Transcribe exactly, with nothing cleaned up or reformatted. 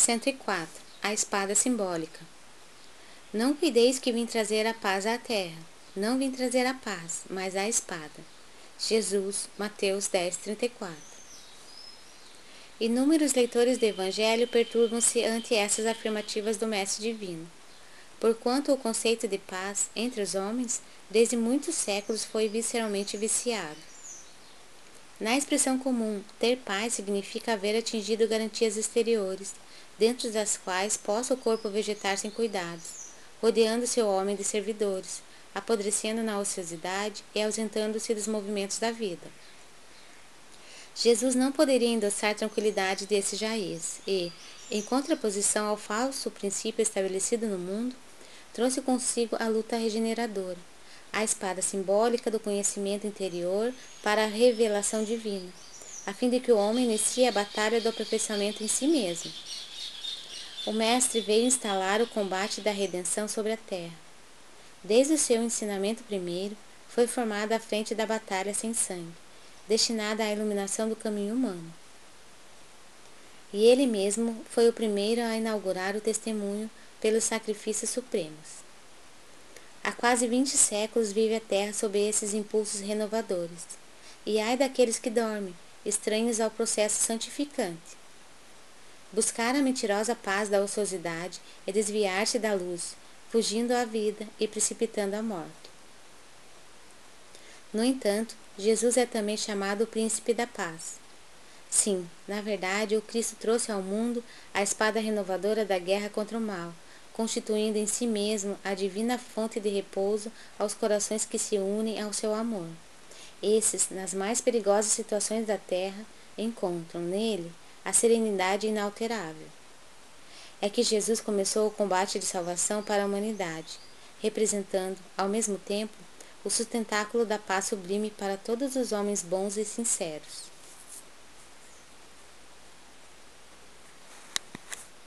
cento e quatro. A espada simbólica. Não cuideis que vim trazer a paz à terra. Não vim trazer a paz, mas a espada. Jesus, Mateus dez, trinta e quatro. Inúmeros leitores do Evangelho perturbam-se ante essas afirmativas do Mestre Divino, porquanto o conceito de paz entre os homens, desde muitos séculos, foi visceralmente viciado. Na expressão comum, ter paz significa haver atingido garantias exteriores, dentro das quais possa o corpo vegetar sem cuidados, rodeando-se o homem de servidores, apodrecendo na ociosidade e ausentando-se dos movimentos da vida. Jesus não poderia endossar tranquilidade desse jaez e, em contraposição ao falso princípio estabelecido no mundo, trouxe consigo a luta regeneradora, a espada simbólica do conhecimento interior para a revelação divina, a fim de que o homem inicie a batalha do aperfeiçoamento em si mesmo. O Mestre veio instalar o combate da redenção sobre a terra. Desde o seu ensinamento primeiro, foi formada a frente da batalha sem sangue, destinada à iluminação do caminho humano. E ele mesmo foi o primeiro a inaugurar o testemunho pelos sacrifícios supremos. Há quase vinte séculos vive a Terra sob esses impulsos renovadores, e ai daqueles que dormem, estranhos ao processo santificante. Buscar a mentirosa paz da ociosidade é desviar-se da luz, fugindo à vida e precipitando a morte. No entanto, Jesus é também chamado o Príncipe da Paz. Sim, na verdade, o Cristo trouxe ao mundo a espada renovadora da guerra contra o mal, constituindo em si mesmo a divina fonte de repouso aos corações que se unem ao seu amor. Esses, nas mais perigosas situações da terra, encontram nele a serenidade inalterável. É que Jesus começou o combate de salvação para a humanidade, representando, ao mesmo tempo, o sustentáculo da paz sublime para todos os homens bons e sinceros.